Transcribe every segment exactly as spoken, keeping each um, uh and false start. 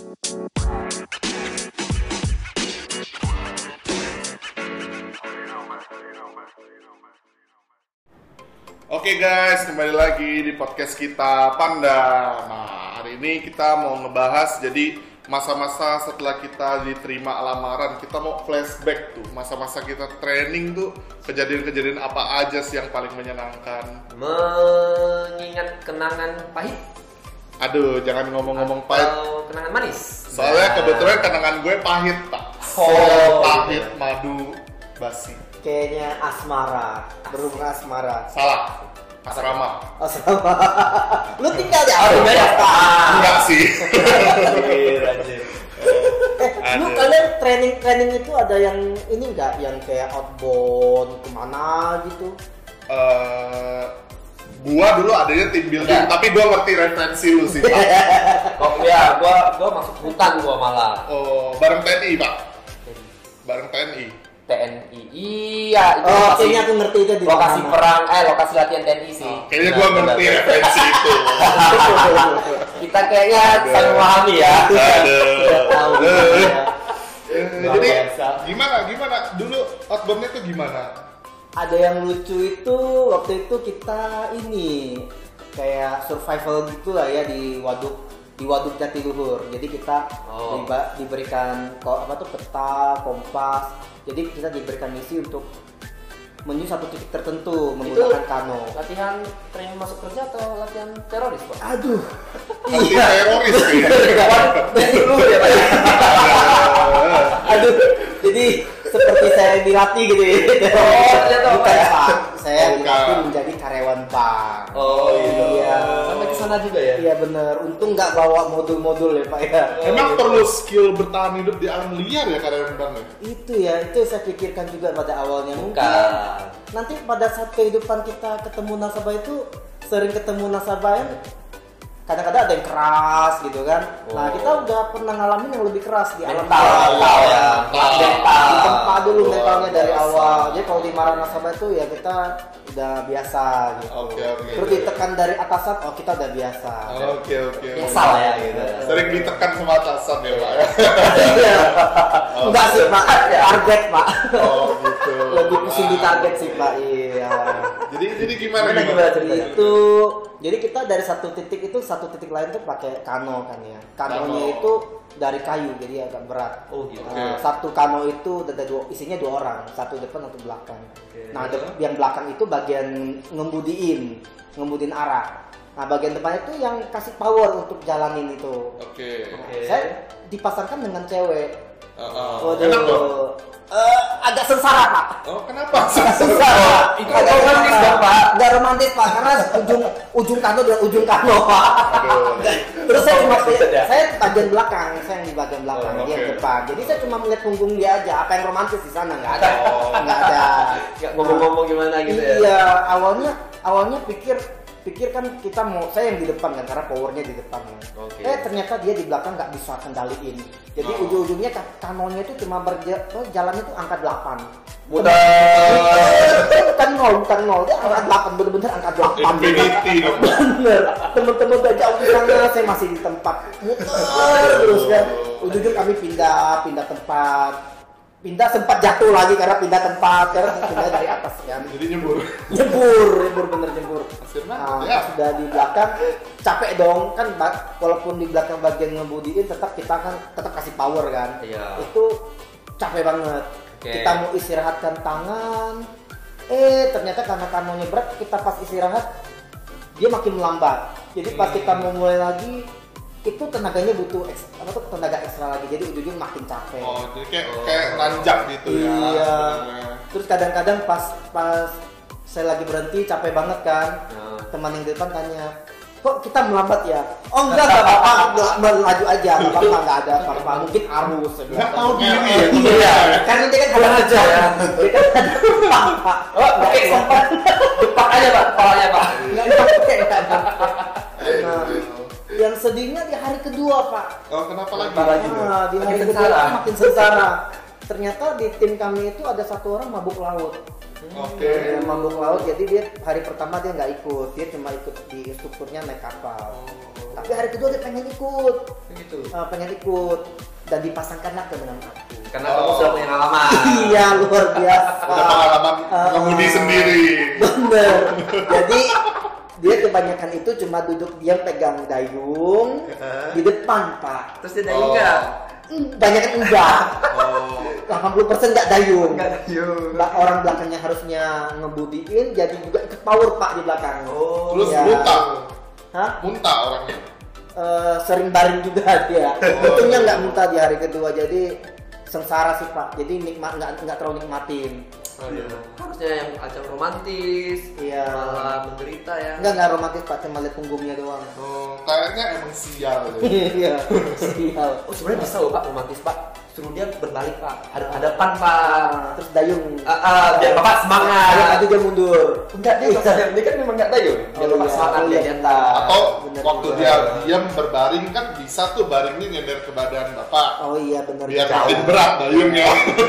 Oke guys, kembali lagi di podcast kita Panda. Nah, hari ini kita mau ngebahas jadi masa-masa setelah kita diterima lamaran. Kita mau flashback tuh, masa-masa kita training tuh, kejadian-kejadian apa aja sih yang paling menyenangkan. Mengingat kenangan pahit. Aduh, jangan ngomong-ngomong pahit. Atau kenangan manis. Soalnya Nah. kebetulan kenangan gue pahit, Pak. Oh, pahit, iya. madu, basi. Kayaknya asmara, berhubungan asmara. Salah. Asrama. Asmara. Lu tinggal di Oh, iya, apa? Enggak sih. Eh, lu kalian training-training itu ada yang ini enggak, yang kayak outbound kemana gitu? Eh, gua dulu adanya tim building, Ya. tapi gua ngerti referensi lu sih, Pak. Oh iya, gua gua masuk hutan gua malah. Oh, bareng T N I, Pak. Bareng T N I. T N I. Iya, itu Oh, lokasi, kayaknya aku ngerti itu di lokasi mana. perang, eh lokasi latihan T N I sih. Oh, kayaknya gua ngerti Benar. referensi itu. Kita kayaknya Aduh. saling memahami ya. Aduh. Sudah tahu Eh, ya. eh, Luar Jadi biasa. gimana gimana dulu outboundnya tuh gimana? Ada yang lucu itu waktu itu kita ini kayak survival gitu lah ya di waduk di waduk Jatiluhur. Jadi kita Oh. diba- diberikan ko- apa tuh peta, kompas. Jadi kita diberikan misi untuk menuju satu titik tertentu menggunakan kano. Latihan training masuk kerja atau latihan teroris, Pak? Aduh. Anti teroris kayaknya. Jadi dulu ya, Pak. Aduh. Jadi seperti saya dilatih gitu ya. Oh, ternyata Bukan Pak. Pak. Saya Oh, dilatih bukan. menjadi karyawan bank. Oh iya. Sampai ke sana juga ya? Iya bener. Untung nggak bawa modul-modul ya Pak ya. Emang perlu skill bertahan hidup di alam liar ya karyawan bank ya? Itu ya, itu yang saya pikirkan juga pada awalnya. Mungkin Bukan. nanti pada saat kehidupan kita ketemu nasabah itu sering ketemu nasabah yang kadang-kadang ada yang keras gitu kan. Nah Oh. kita udah pernah ngalamin yang lebih keras di alam Mental, liar. mental ya. Mental. Mental. Ditempa dulu Luar mentalnya dari biasa. awal. Jadi kalau dimarahin nasabah itu ya kita udah biasa gitu. Oke, oke. Terus ditekan dari atasan, oh kita udah biasa. Oke oke. Biasa lah ya gitu. Sering ditekan sama atasan ya, Pak. Iya. Enggak sih Pak, target Pak. Oh gitu. Lebih pusing di target sih Pak. Iya. Jadi jadi gimana Gimana, gimana? gimana ceritanya? Itu jadi kita dari satu titik itu satu titik lain tuh pakai kano kan ya. Kanonya Kano. itu dari kayu jadi agak berat. Oh gitu. Nah, satu kano itu ada dua, isinya dua orang, satu depan satu belakang. Oke. Nah, de- yang belakang itu bagian ngembudiin, ngembudiin arah. Nah, bagian depan itu yang kasih power untuk jalanin itu. Oke. Nah, Oke. saya dipasangkan dengan cewek. Heeh. Waduh. Enak dong. Eh, agak sengsara Pak. Oh, kenapa? Sengsara. Itu Agak romantis sengsara. dong, Pak. Nggak romantis Pak, karena ujung ujung kano dengan ujung kano Pak. Aduh. Terus saya cuma Ya. saya bagian belakang, saya yang di bagian belakang, Oh, dia yang oke. depan. Jadi saya cuma melihat punggung dia aja. Apa yang romantis di sana nggak ada, Oh. nggak ada. Nggak ngomong-ngomong gimana gitu ya? Iya, awalnya awalnya pikir pikir kan kita mau saya yang di depan kan karena powernya di depan kan. Oke. Eh ternyata dia di belakang nggak bisa kendaliin. Jadi Oh. ujung-ujungnya ka- kanonya itu cuma berja- oh, jalannya itu angka delapan. Mudah. Bukan nol, bukan nol, dia angka delapan, bener-bener angka delapan. Infinity dong. Bener, temen-temen udah jauh di sana, saya masih di tempat muter terus kan. Ujung-ujung kami pindah, pindah tempat, pindah sempat jatuh lagi karena pindah tempat, karena pindah dari atas kan. Jadi nyebur. Nyebur, nyebur bener nyebur. Hasil Nah, banget ya. sudah di belakang capek dong kan, ba- walaupun di belakang bagian ngebudiin tetap kita kan tetap kasih power kan. Iya. Itu capek banget. Oke. Kita mau istirahatkan tangan, eh ternyata karena kanonya berat, kita pas istirahat dia makin melambat. Jadi pas kita mau mulai lagi itu tenaganya butuh eks- apa tuh tenaga ekstra lagi. Jadi ujung-ujung makin capek. Oh, jadi kayak Oh. kayak nanjak gitu ya. Iya. sebenarnya. Terus kadang-kadang pas pas saya lagi berhenti capek banget kan. Nah. Teman yang di depan tanya, kok kita melambat ya? Oh enggak, enggak apa-apa, melaju aja, enggak apa-apa, enggak ada apa-apa, mungkin arus. saya bilang. Nggak tahu diri ya. Iya, karena dia kan halang aja ya. Dia kan ada apa? Oh, oke, sempat. Depak aja, Pak. Kepalanya, Pak. Enggak dipakai, enggak dipakai. Nah, yang sedihnya di hari kedua, Pak. Oh, kenapa lagi? Kenapa lagi? Nah, di hari Makin kedua sengsara. makin sengsara. Ternyata di tim kami itu ada satu orang mabuk laut. Oke. Dia mabuk laut, jadi dia hari pertama dia nggak ikut, dia cuma ikut di instrukturnya naik kapal. Tapi hari kedua dia pengen ikut. Gitu. uh, pengen ikut dan dipasangkanlah ke dengan aku. Karena Oh. kamu sudah punya pengalaman. Iya, luar biasa. Udah pengalaman Ah. ngemudi sendiri. Bener. Jadi dia kebanyakan itu cuma duduk diam pegang dayung di depan, Pak. Terus dia dayung enggak? Banyak kan enggak. Oh. delapan puluh persen enggak dayung. Enggak dayung. Ba- Orang belakangnya harusnya ngebudiin, jadi juga ikut power, Pak, di belakang. Oh. Terus Iya. muntah. Hah? Muntah orangnya. Eh, sering baring juga dia. Untungnya nggak muntah di hari kedua, jadi sengsara sih, Pak. Jadi nikmat nggak nggak terlalu nikmatin. Aduh. Harusnya yang ajang romantis, Iya. malah menderita ya. Nggak nggak romantis, Pak, cuma lihat punggungnya doang. Oh, kayaknya emang sial. ya. Iya, sial. Oh sebenarnya bisa loh Pak romantis Pak. Suruh dia berbalik Pak, hadap hadapan Pak. Ah, terus dayung. Ah, ah, biar Bapak Ayo, semangat. nanti dia mundur. Enggak dia pas ada- dia kan memang enggak dayung. Biar Oh, Bapak iya. semangat Oh, dia iya. di atas. Atau bener waktu juga. dia diam berbaring kan bisa tuh baringnya nyender ke badan bapak. Oh iya benar. Biar makin berat dayungnya.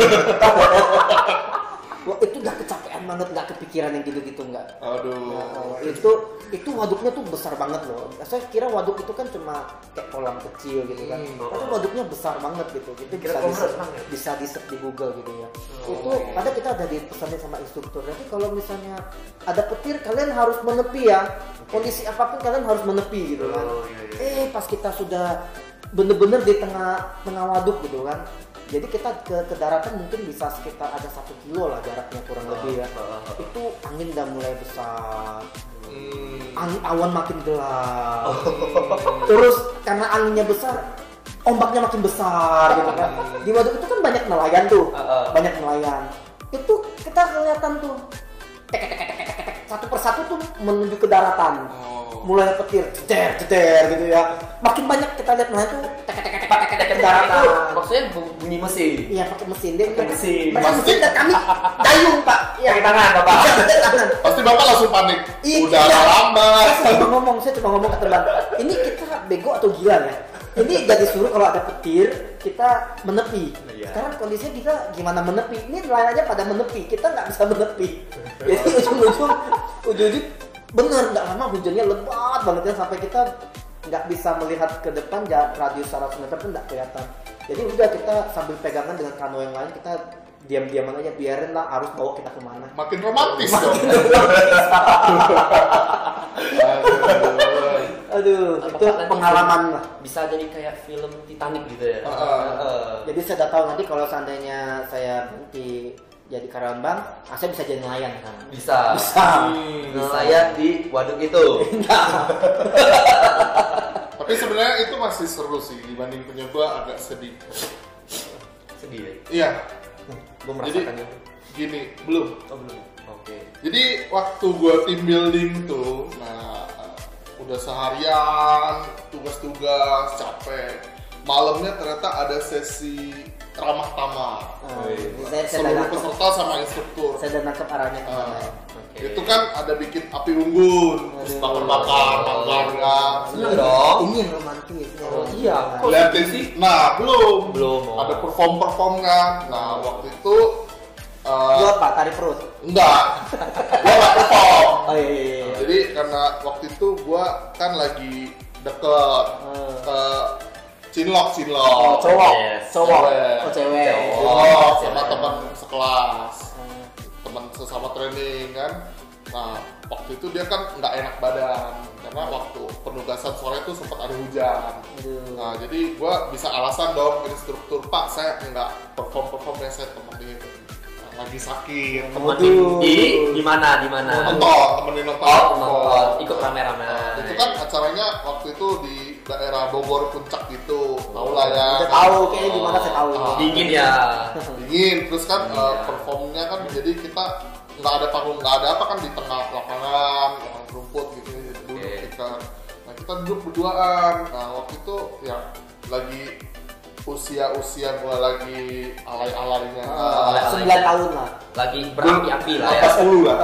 Wah, itu nggak kecapean banget, nggak kepikiran yang gitu-gitu nggak. Aduh. Nah, itu itu waduknya tuh besar banget loh. Saya kira waduk itu kan cuma kayak kolam kecil gitu kan. Hmm. Tapi waduknya besar banget gitu. Itu Kira bisa kolam di renang ya? bisa di search di Google gitu ya. Oh, Itu oke. pada kita ada dipesanin sama instruktur. Jadi kalau misalnya ada petir kalian harus menepi ya. Kondisi apapun kalian harus menepi gitu kan. Oh, iya, iya. Eh pas kita sudah bener-bener di tengah tengah waduk gitu kan. Jadi kita ke, ke daratan mungkin bisa sekitar ada satu kilo lah jaraknya kurang lebih ya. Oh, oh, oh. Itu angin udah mulai besar, Hmm. angin awan makin gelap. Terus karena anginnya besar, ombaknya makin besar gitu kan. Di waduk itu kan banyak nelayan tuh, Uh, uh. banyak nelayan. Itu kita kelihatan tuh, tek, tek, tek, tek, tek, tek, satu persatu tuh menuju ke daratan. Oh. Mulai petir, ceter, ceter gitu ya. Makin banyak kita lihat nelayan tuh, tek, tek, tek, tek, tek, tek, ke daratan. Maksudnya bu- bunyi mesin. Iya pakai mesin dia. Pakai mesin. Mereka Pasti. mesin dan kami dayung Pak. Iya. Pakai tangan Bapak. Iya, pakai tangan. Pasti bapak langsung panik. Iya. Udara lambat. Saya cuma ngomong, saya cuma ngomong ke teman. Ini kita bego atau gila ya? Ini jadi suruh kalau ada petir kita menepi. Iya. Sekarang kondisinya kita gimana menepi? Ini nelayan aja pada menepi, kita nggak bisa menepi. Jadi ujung-ujung, ujung-ujung bener nggak lama hujannya lebat banget ya sampai kita nggak bisa melihat ke depan ja- radius seratus meter pun nggak kelihatan. Jadi udah kita sambil pegangan dengan kano yang lain kita diam-diaman aja biarin lah arus bawa kita kemana. Makin romantis dong. Aduh. Aduh, Apakah itu nanti pengalaman lah. Bisa jadi kayak film Titanic gitu ya. Uh, uh. Uh, Jadi saya udah tahu nanti kalau seandainya saya berhenti jadi karyawan bank, ah, saya bisa jadi nelayan kan. Bisa. Bisa. Hmm, saya di waduk itu. Tapi sebenarnya itu masih seru sih dibanding punya gua agak sedih. Sedih ya. Iya. Belum Jadi merasakan itu. gini, belum. Oh belum. Oke. Jadi waktu gua team building tuh, nah uh, udah seharian tugas-tugas capek. Malamnya ternyata ada sesi ramah tamah. Ah, Wih. saya, saya udah Seluruh nangkep, peserta sama instruktur. saya udah nangkep arahnya kemana. Ah, Oke. Itu kan ada bikin api unggun, terus Aduh. bakar-bakar, bakar kan. Seneng dong. Ini yang romantis. ya. Oh, iya. Kok Liatin sedih sih? Nah, belum. Belum, oh. Ada perform-perform kan. Nah, waktu itu uh, Buat Pak tarik perut. enggak. Gua nggak perform. Oh iya iya iya. Jadi karena waktu itu gua kan lagi deket Hmm. ke Cinlok, Oh, Cinlok. cowok, Yes. cowok, Cewek. oh cewek. Cowok. Cinlok sama Cewek. teman sekelas. Hmm. Teman sesama training kan. Nah, waktu itu dia kan nggak enak badan karena waktu penugasan sore itu sempat ada hujan. Aduh. Nah, jadi gua bisa alasan dong instruktur, Pak, saya nggak perform perform ya, saya temenin nah, lagi sakit. Waduh. Temenin di di mana di mana? Nonton, temenin nonton. Oh, perform. nonton. Ikut rame-rame. Nah, itu kan acaranya waktu itu di daerah Bogor Puncak gitu, tahu lah ya. Saya tahu, kayaknya di mana saya tahu. Ah. Dingin ya. Dingin, terus kan Iya. eh, performnya kan jadi kita nggak ada panggung, nggak ada apa kan di tengah lapangan, lapangan rumput gitu, duduk Oke. kita. Nah kita duduk berduaan. Nah waktu itu ya lagi usia-usia gua lagi alay-alaynya. Ah, alay-alay. Sembilan tahun lah. Lagi berapi-api lah ya. Apa sepuluh lah.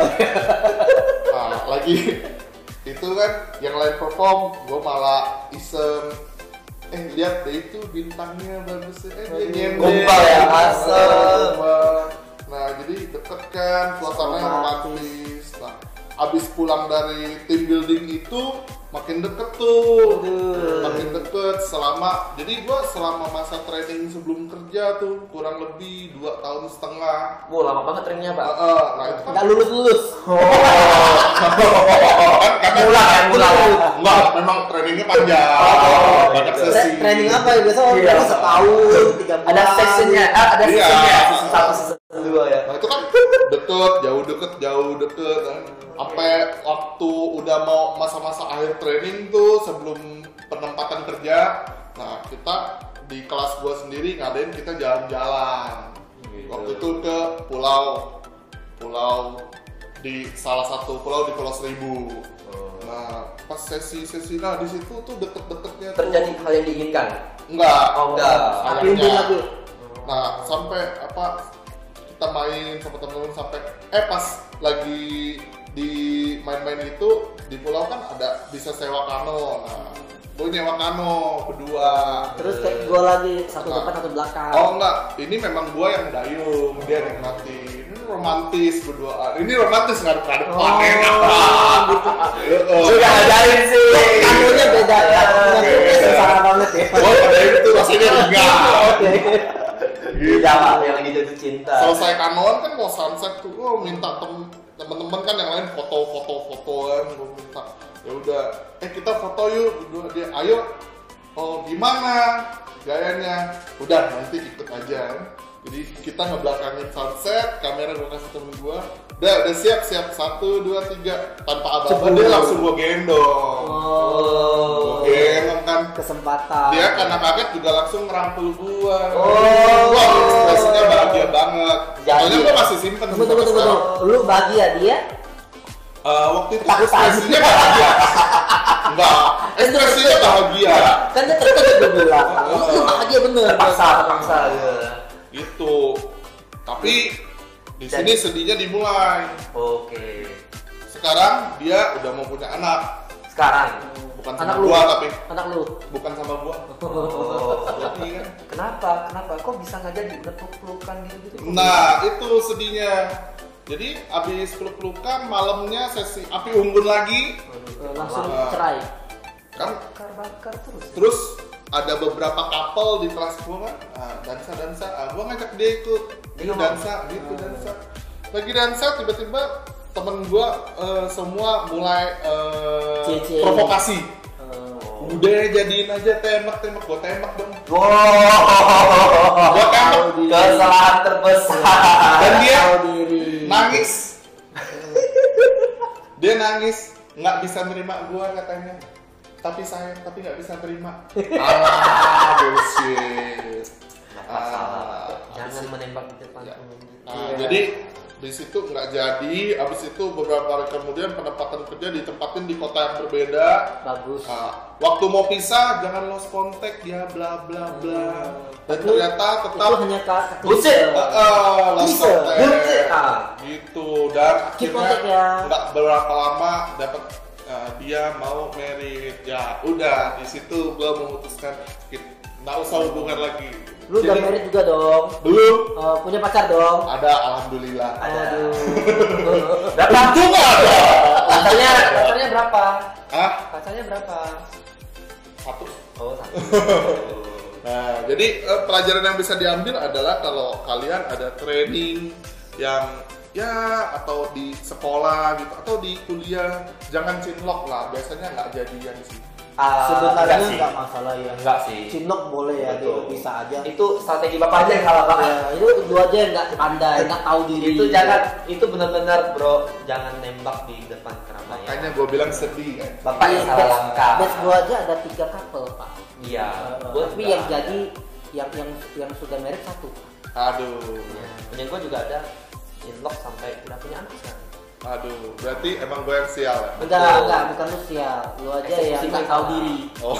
Nah, lagi itu kan yang lain perform, gue malah iseng. Eh lihat deh itu bintangnya bagus. Eh dia nyender. Gombal ya, asem. Gombal. Nah jadi deket kan, suasananya Romantis. romantis. Nah abis pulang dari team building itu makin deket tuh. Aduh. Makin deket selama, jadi gua selama masa training sebelum kerja tuh kurang lebih dua tahun setengah. Wow, lama banget trainingnya, Pak. Uh, uh, nah itu kan Nggak lulus-lulus. kan karena Mulai, kan, mulai. enggak, memang trainingnya panjang. Oh, banyak gitu. sesi. Tra- Training apa ya? Biasa Iya. orang setahun, tiga bulan. Ada sessionnya, ah, ada Iya. sessionnya. Season satu, season dua ya. Nah itu kan deket, jauh deket, jauh deket kan. Sampai waktu udah mau masa-masa akhir training tuh sebelum penempatan kerja, nah kita di kelas gua sendiri ngadain kita jalan-jalan. Gitu. Waktu itu ke pulau, pulau di salah satu pulau di Pulau Seribu. Nah pas sesi-sesi nah di situ tuh deket-deketnya tuh Terjadi hal yang diinginkan. enggak, Oh, enggak. Tapi untung lagi. Nah, sampai apa kita main sama temen-temen sampai eh pas lagi di main-main itu di pulau kan ada bisa sewa kano. Nah, gue nyewa kano berdua. Terus kayak gue lagi satu Nah. depan satu belakang. Oh enggak, ini memang gue yang dayung, dia nikmati. Ini romantis berduaan. Ini romantis ngadep-ngadep Oh, panen apa? gitu. Heeh. Sudah ngajarin sih. Kanonya beda ya. Kanonya Oke. sengsara banget ya. Oh, pada itu rasanya enggak. Oke. Gitu. Jawa yang lagi jatuh cinta. Selesai kanoan kan mau sunset tuh, oh minta tem temen-temen kan yang lain foto-foto-foto kan, gue minta ya udah, eh kita foto yuk, berdua dia, ayo, oh gimana gayanya, udah nanti ikut aja. Jadi kita ngebelakangin sunset, kamera gue kasih temen gue, udah udah siap siap satu dua tiga, tanpa apa-apa dia langsung gue gendong, Oh. gue gendong kan. Kesempatan. Dia karena kaget juga langsung ngerangkul gua. Oh. Wah, ekspresinya bahagia banget. Jadi, Soalnya gua masih simpen Tunggu tunggu tunggu tunggu. Lu bahagia dia? Eh, waktu itu Ketakutan. ekspresinya bahagia. Enggak, ekspresinya bahagia. Kan dia terkejut gue bilang. Lu bahagia bener. Terpaksa, terpaksa ya. Gitu. Tapi di sini sedihnya dimulai. Oke. Sekarang dia udah mau punya anak. Sekarang. Bukan Anak sama lu. gua tapi Anak lu. bukan sama gua. Oh. Jadi kan. Kenapa? Kenapa? Kok bisa nggak jadi udah peluk-pelukan gitu-gitu? Kok Nah, itu sedihnya. Jadi abis peluk-pelukan malamnya sesi api unggun lagi. Eh, Langsung Ah. cerai. Kan bakar-bakar terus. ya? terus ada beberapa couple di kelas gua kan, ah, dansa dansa, ah, gua ngajak dia ikut, Dia Yuk mau. dansa, gitu dansa. Lagi dansa tiba-tiba temen gua eh, semua mulai eh, Cie-cie. provokasi. Eh, Udah jadiin aja tembak-tembak, gua tembak dong. Wow. Gua tembak Kesalahan terbesar. dan dia tahu diri. nangis. Dia nangis, nggak bisa nerima gua katanya. Tapi sayang, tapi nggak bisa terima. Ah, bullshit. Ah, Jangan menembak di depan Ya. umum. Nah, Iya. jadi di situ nggak jadi. Abis itu beberapa hari kemudian penempatan kerja ditempatin di kota yang berbeda. Bagus. Nah, waktu mau pisah jangan lost contact ya, bla bla bla. Dan Itu- ternyata tetap Itu hanya kak. Buset. uh, uh, lost Bisa. contact. Buset. Ah. Gitu dan Keep akhirnya contact ya. nggak berapa lama dapat uh, dia mau married. Ya udah di situ gua memutuskan kita nggak usah hubungan lagi. Lu udah Jadi, married juga dong. belum Eh, punya pacar dong. ada, alhamdulillah. Aduh. Berapa? Itu nggak ada. Pacarnya, pacarnya berapa? Ah, Pacarnya berapa? satu. Oh, satu. Nah, jadi eh, pelajaran yang bisa diambil adalah kalau kalian ada training yang ya atau di sekolah gitu atau di kuliah jangan cinlok lah, biasanya nggak jadian sih. Ah, Sebenarnya enggak sih. nggak masalah ya. Enggak sih. Cinlok boleh ya, dia Betul. bisa aja. Itu strategi bapaknya yang salah, Pak. Ya, itu lu aja yang nggak pandai, nggak tahu diri. Itu jangan, itu benar-benar bro, jangan nembak di depan keramaian. Makanya gue bilang sedih kan. Bapak yang salah Batch- langkah. Batch gua aja ada tiga couple pak. Iya. Eh, Gua tapi juga yang ada. jadi yang yang yang sudah married satu. Aduh, Ya, punya gua juga ada inlock sampai udah punya anak sekarang. aduh, berarti emang gue yang sial ya? Enggak, Betul. enggak, bukan lu sial. Lu aja Eksekusi yang nggak mental. tahu diri. Oh.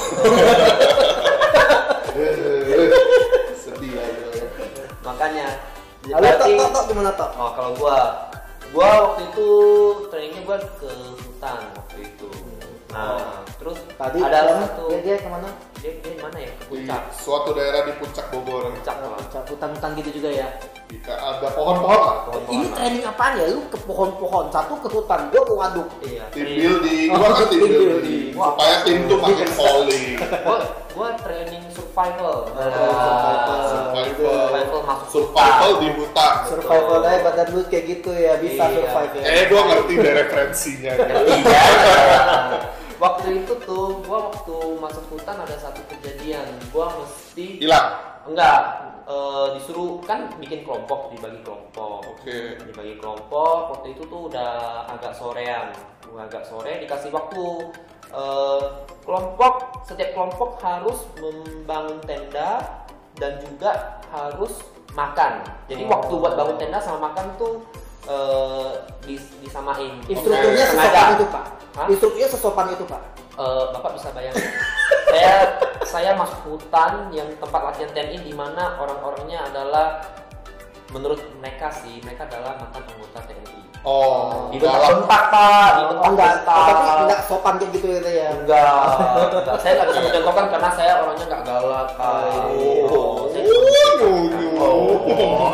Sedih aja. Makanya. Lalu tok tok tok gimana tok? Oh kalau gua, gua waktu itu trainingnya gua ke hutan waktu itu. Nah, terus terus Tadi ada kemana? satu dia, dia kemana? dia, dia mana ya ke Di puncak suatu daerah di puncak Bogor. puncak lah. Puncak hutan-hutan gitu juga ya. Jika ada pohon-pohon lah. Pohon-pohon Ini lah. training apaan ya? Lu ke pohon-pohon, satu ke hutan, gua ke waduk. Iya Tim training. building, Oh, gua kan tim team building. building. Supaya tim tuh makin solid. gua gua training survival Oh, Nah, survival. survival masuk Survival hutan. di hutan. Survival aja badan lu kayak gitu ya, bisa Iya. survive ya. Eh, gua ngerti deh referensinya. Iya. Waktu itu tuh gua waktu masuk hutan ada satu kejadian gua mesti Hilang. enggak eh, disuruh kan bikin kelompok dibagi kelompok Oke. dibagi kelompok waktu itu tuh udah agak sorean Udah agak sore dikasih waktu eh, kelompok setiap kelompok harus membangun tenda dan juga harus makan jadi Oh. waktu buat bangun tenda sama makan tuh eh, dis- disamain Instrukturnya Oke. sesopan Sengaja. itu, Pak. Hah? Instrukturnya sesopan itu, Pak. Eh, Bapak bisa bayangin saya saya masuk hutan yang tempat latihan T N I di mana orang-orangnya adalah menurut mereka sih mereka adalah mantan anggota T N I. Oh, Di dalam tempat pak, di Oh, tempat enggak, tempat. tapi enggak sopan kayak gitu ya, ya. Enggak, enggak. Saya nggak bisa mencontohkan karena saya orangnya nggak galak. Pak. Oh. Saya- Oh.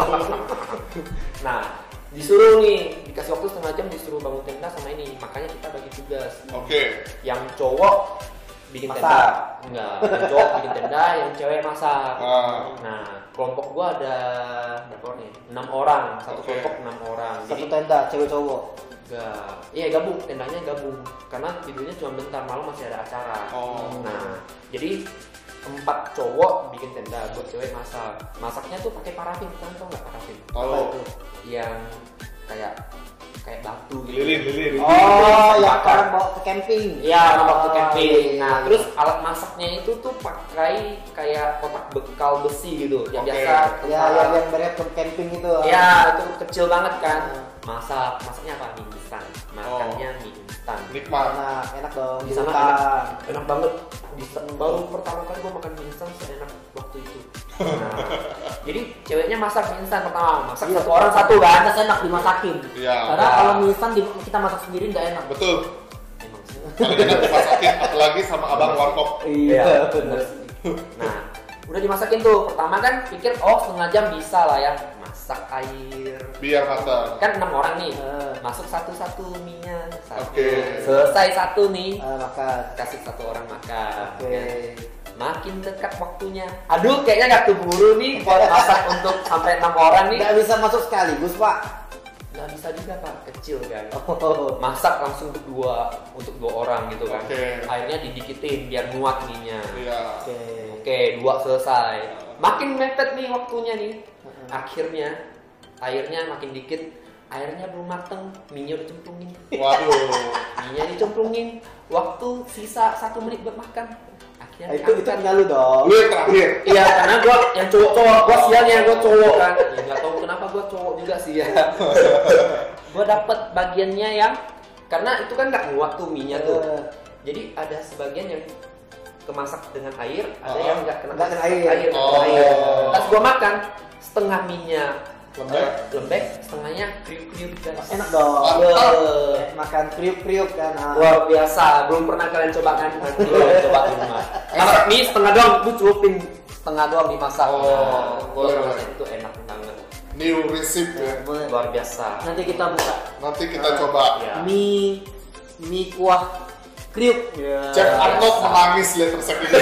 Nah, disuruh nih dikasih waktu setengah jam disuruh bangun tenda sama ini, makanya kita bagi tugas. Oke. Yang cowok bikin Masak. tenda, enggak. Yang cowok bikin tenda, yang cewek masak. Ah. Nah, kelompok gua ada berapa orang nih? enam orang, satu Oke. kelompok enam orang. Satu Jadi tenda, cewek cowok. enggak, iya gabung, tendanya gabung. Karena tidurnya cuma bentar, malam masih ada acara. Oh. Nah, jadi empat cowok bikin tenda, buat cewek masak. Masaknya tuh pakai parafin, kalian tau nggak parafin? Apa Tahu. itu? Yang kayak kayak batu gitu. Lilin, lilin. Oh, yang Bakar. orang bawa ke camping. Iya, orang waktu Oh, camping. iya. Nah, terus alat masaknya itu tuh pakai kayak kotak bekal besi gitu. Yang Oke. biasa Ya, tentara- yang yang beres ke camping itu. Ya, itu kecil banget kan. Hmm. Masak, masaknya apa? Mie instan. Makannya Oh. mie instan. Nikmat. Enak, enak dong. Di Di sana hutan. enak, enak banget. Di sa- baru pertama kali gua makan mie instan seenak waktu itu. Nah, jadi ceweknya masak mie instan pertama, masak Iya, satu orang satu kan. Pantas enak dimasakin. Iya. Karena Ya. kalau mie instan di- kita masak sendiri nggak enak. Betul. Emang sih. Paling enak dimasakin apalagi sama abang warkop. Iya, bener sih. Nah, udah dimasakin tuh. Pertama kan pikir oh setengah jam bisa lah ya. Masak air. Biar matang. Kan enam orang nih. Eh. Masuk satu-satu minyak. Satu. Oke. Selesai satu nih. Ah, makan. Kasih satu orang makan. Oke. Ya. Makin dekat waktunya. Aduh, kayaknya gak keburu nih buat masak untuk sampai enam orang nih. Nggak bisa masuk sekaligus, Pak. Nggak bisa juga pak, kecil kan. Oh. Masak langsung untuk dua untuk dua orang gitu kan. Oke. Airnya didikitin biar muat ininya. Iya. Oke. Oke, dua selesai. Makin mepet nih waktunya nih. Akhirnya airnya makin dikit. Airnya belum mateng, minyak udah cemplungin. Waduh. Minyak dicemplungin. Waktu sisa satu menit buat makan. Akhirnya Nah, itu itu diangkat. punya lu dong. Lu yang terakhir. Iya, karena gua yang cowok-cowok, gua sialnya gua cowok kan. Ya nggak tahu kenapa gua cowok juga sih ya. Gua dapet bagiannya yang karena itu kan nggak muat tuh minyak tuh. Eh. Jadi ada sebagian yang kemasak dengan air, ada Oh. yang nggak kena Nggak kena masak air. air, nggak Oh. kena air. Pas gua makan setengah minyak Lembek. lembek, setengahnya kriuk-kriuk guys. Enak dong. Mantap. Eh, Makan kriuk-kriuk kan. ah. Luar biasa, belum pernah kalian coba kan? Nanti kalian coba di rumah. Masak mie setengah doang, lu celupin setengah doang dimasak. Oh, Nah, gua boleh, rasa boleh. itu enak banget, New recipe ya. Boleh. luar biasa. Nanti kita buka Nanti kita Ah. coba. Ya. mie mie kuah kriuk. Ya. Chef Arnold menangis lihat resep ini.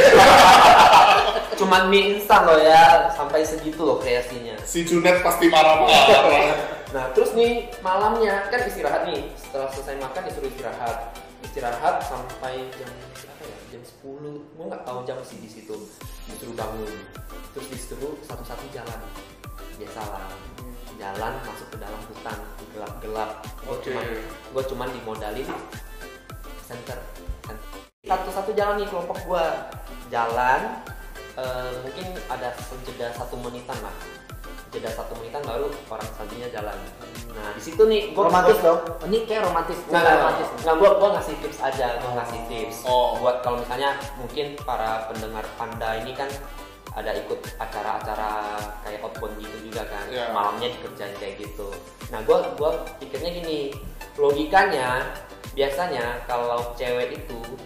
Cuman mie instan loh ya, sampai segitu loh kreasinya. Si Junet pasti marah-marah. Nah terus nih malamnya kan istirahat nih, setelah selesai makan disuruh istirahat, istirahat sampai jam berapa ya? Jam sepuluh, gua nggak tahu jam sih di situ. Disuruh bangun, terus disuruh satu-satu jalan, biasalah. Jalan masuk ke dalam hutan gelap-gelap. Gua Oke. cuman, gua cuman dimodalin center. Satu-satu jalan nih kelompok gua jalan. eh, mungkin ada jeda satu menitan lah, jeda satu menitan baru orang selanjutnya jalan. Nah di situ nih gua Romantis gua- dong. Ini kayak romantis. Nggak, nggak, romantis. nggak, gua, gua ngasih tips aja, gua ngasih tips. Oh. Buat kalau misalnya mungkin para pendengar Panda ini kan ada ikut acara-acara kayak outbound gitu juga kan, Iya. malamnya dikerjain kayak gitu. Nah gua, gua pikirnya gini, logikanya biasanya kalau cewek itu di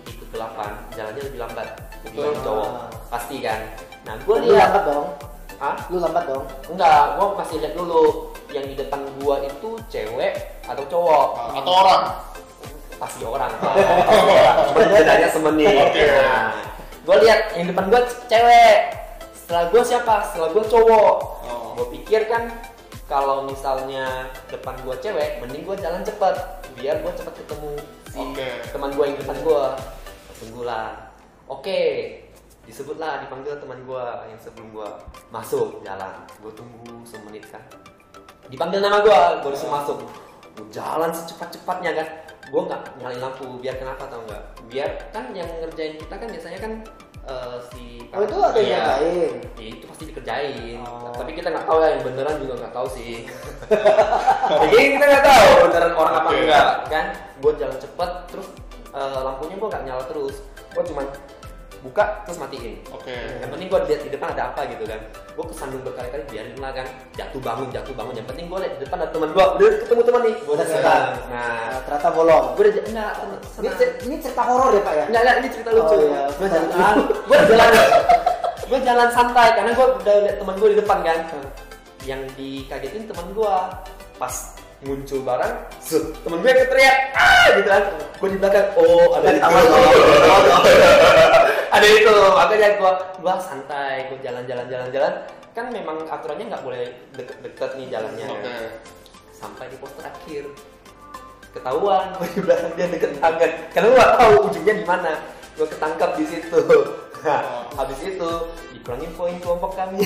delapan, jalannya lebih lambat Betul. dibanding cowok, pasti kan. Nah, gue Lu lihat, lambat dong. ah, Lu lambat dong. enggak, gue masih lihat dulu yang di depan gue itu cewek atau cowok. Atau orang? Pasti orang. Sebenarnya semenit. Oke. Nah, gue lihat yang depan gue cewek. Setelah gue siapa? Setelah gue cowok. Oh. Gue pikir kan kalau misalnya depan gue cewek, mending gue jalan cepet biar gue cepet ketemu si Oke. teman gue yang depan gue. Tunggulah. Oke, disebutlah dipanggil teman gue yang sebelum gue masuk jalan. Gue tunggu semenit kan. Dipanggil nama gue, gue disuruh masuk. Gue jalan secepat-cepatnya kan. Gue nggak nyalain lampu. Biar kenapa tau nggak? Biar kan yang ngerjain kita kan biasanya kan eh, si Oh itu ada yang Iya. lain. Ya, itu pasti dikerjain. Oh. Tapi kita nggak tahu ya yang beneran juga nggak tahu sih. Jadi kita nggak tahu beneran orang apa Oke. enggak kan. Gue jalan cepet terus eh, lampunya gue nggak nyala terus. Gue cuma buka terus matiin. Oke. Yang penting gue lihat di depan ada apa gitu kan. Gue kesandung berkali-kali biarin lah kan. Jatuh bangun jatuh bangun. Yang penting gue lihat di depan ada teman gue. Udah ketemu teman nih. Gue udah Oke. senang. Nah, Nah, ternyata bolong. gue udah enggak Ini, senang. cer- ini cerita horor ya Pak ya? Enggak, enggak, ini cerita lucu. Oh, iya. Gue jalan, gue jalan, gue jalan santai karena gue udah liat teman gue di depan kan. Yang dikagetin teman gue pas muncul barang, set, temen gue yang teriak, ah gitu kan. Gue di belakang, oh ada di taman, ada itu. Makanya gue, gue santai, gue jalan-jalan jalan-jalan. Kan memang aturannya nggak boleh deket-deket nih jalannya. Oke. Sampai di pos terakhir ketahuan gue di belakang dia deket tangan karena gue gak tahu ujungnya di mana. Gue ketangkap di situ. Nah, habis itu dikurangin poin kelompok kami.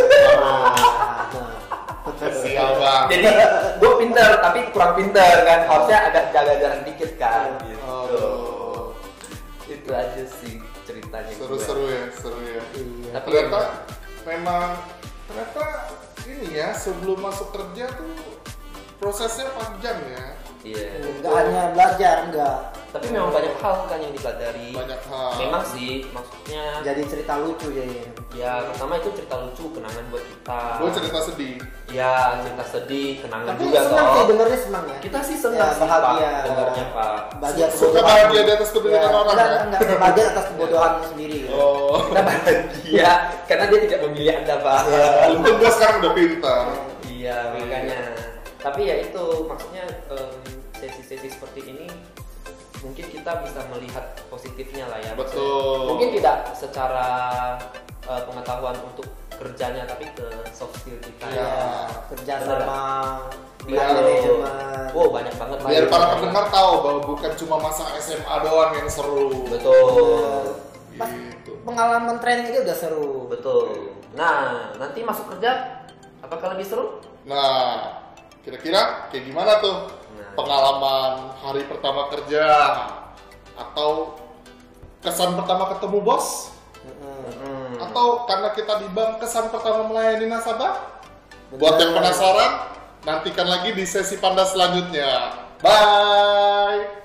Sial bang. Jadi gue pinter tapi kurang pinter kan, harusnya agak jaga jarak dikit kan gitu. Aduh. Itu aja sih ceritanya. Seru-seru ya, seru ya. Iya. Tapi Ternyata memang ternyata ini ya sebelum masuk kerja tuh prosesnya panjang ya. iya. Enggak hanya belajar, enggak. Tapi memang banyak hal kan yang dipelajari. Banyak hal. Memang sih maksudnya Jadi cerita lucu ya. ya pertama itu cerita lucu, kenangan buat kita. Gue cerita sedih. Ya cerita sedih, kenangan Tapi juga senang sih toh. dengernya senang ya. Kita sih senang Ya, sih bahagia. Pak, dengarnya Pak. Bahagia Suka bahagia di atas kebaikan Ya, orang enggak, ya. enggak bahagia atas kebodohanmu sendiri. Ya. Oh. Kita bahagia karena dia tidak memilih Anda Pak. Untung gue sekarang udah pintar. Iya makanya. Tapi ya itu maksudnya em, sesi-sesi seperti ini mungkin kita bisa melihat positifnya lah ya. Maksudnya, Betul. mungkin tidak secara eh, pengetahuan untuk kerjanya tapi ke soft skill kita. Iya. Kerja Bener. sama Biar- manajemen. Wow banyak banget. Biar banyak para banget. pendengar tahu bahwa bukan cuma masa S M A doang yang seru. Betul. Pas Gitu. pengalaman training itu udah seru. Betul. Nah, nanti masuk kerja apakah lebih seru? Nah, kira-kira kayak gimana tuh Nah. pengalaman hari pertama kerja atau kesan pertama ketemu bos Mm-mm. Hmm. atau karena kita di bank kesan pertama melayani nasabah? Buat yang penasaran, nantikan lagi di sesi Panda selanjutnya. Bye.